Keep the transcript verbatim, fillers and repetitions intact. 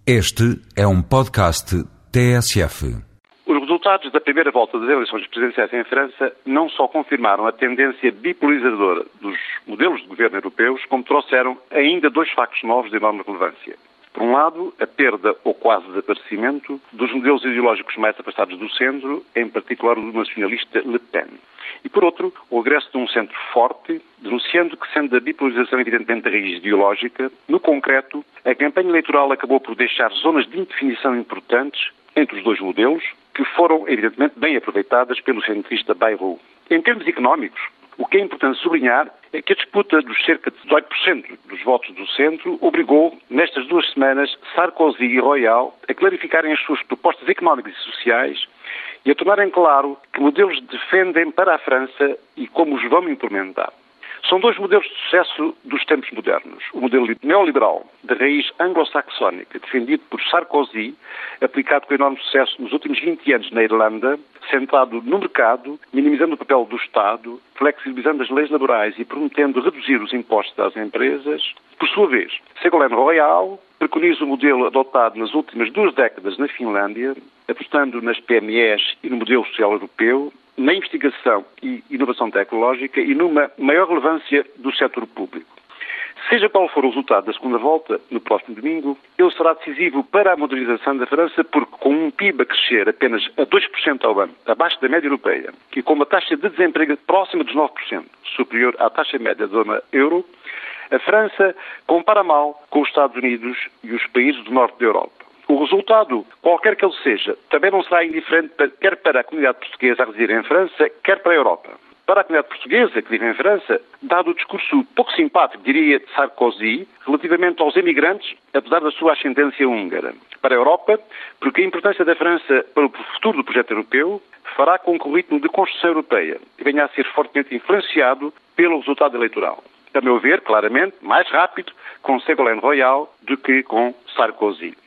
Este é um podcast T S F. Os resultados da primeira volta das eleições presidenciais em França não só confirmaram a tendência bipolarizadora dos modelos de governo europeus, como trouxeram ainda dois factos novos de enorme relevância. Por um lado, a perda ou quase desaparecimento dos modelos ideológicos mais afastados do centro, em particular o do nacionalista Le Pen. E, por outro, o regresso de um centro forte, denunciando que, sendo a bipolarização evidentemente a raiz ideológica, no concreto, a campanha eleitoral acabou por deixar zonas de indefinição importantes entre os dois modelos, que foram, evidentemente, bem aproveitadas pelo centrista Bayrou. Em termos económicos, o que é importante sublinhar é que a disputa dos cerca de dezoito por cento dos votos do centro obrigou, nestas duas semanas, Sarkozy e Royal a clarificarem as suas propostas económicas e sociais e a tornarem claro que modelos defendem para a França e como os vão implementar. São dois modelos de sucesso dos tempos modernos. O modelo neoliberal, de raiz anglo-saxónica, defendido por Sarkozy, aplicado com enorme sucesso nos últimos vinte anos na Irlanda, centrado no mercado, minimizando o papel do Estado, flexibilizando as leis laborais e prometendo reduzir os impostos às empresas. Por sua vez, Ségolène Royal preconiza o modelo adotado nas últimas duas décadas na Finlândia, apostando nas P M Es e no modelo social europeu, na investigação e inovação tecnológica e numa maior relevância do setor público. Seja qual for o resultado da segunda volta, no próximo domingo, ele será decisivo para a modernização da França, porque com um P I B a crescer apenas a dois por cento ao ano, abaixo da média europeia, e com uma taxa de desemprego próxima dos nove por cento, superior à taxa média da zona euro, a França compara mal com os Estados Unidos e os países do norte da Europa. O resultado, qualquer que ele seja, também não será indiferente quer para a comunidade portuguesa a residir em França, quer para a Europa. Para a comunidade portuguesa que vive em França, dado o discurso pouco simpático, diria, de Sarkozy, relativamente aos emigrantes, apesar da sua ascendência húngara. Para a Europa, porque a importância da França para o futuro do projeto europeu fará com que o ritmo de construção europeia venha a ser fortemente influenciado pelo resultado eleitoral. A meu ver, claramente, mais rápido com Ségolène Royal do que com Sarkozy.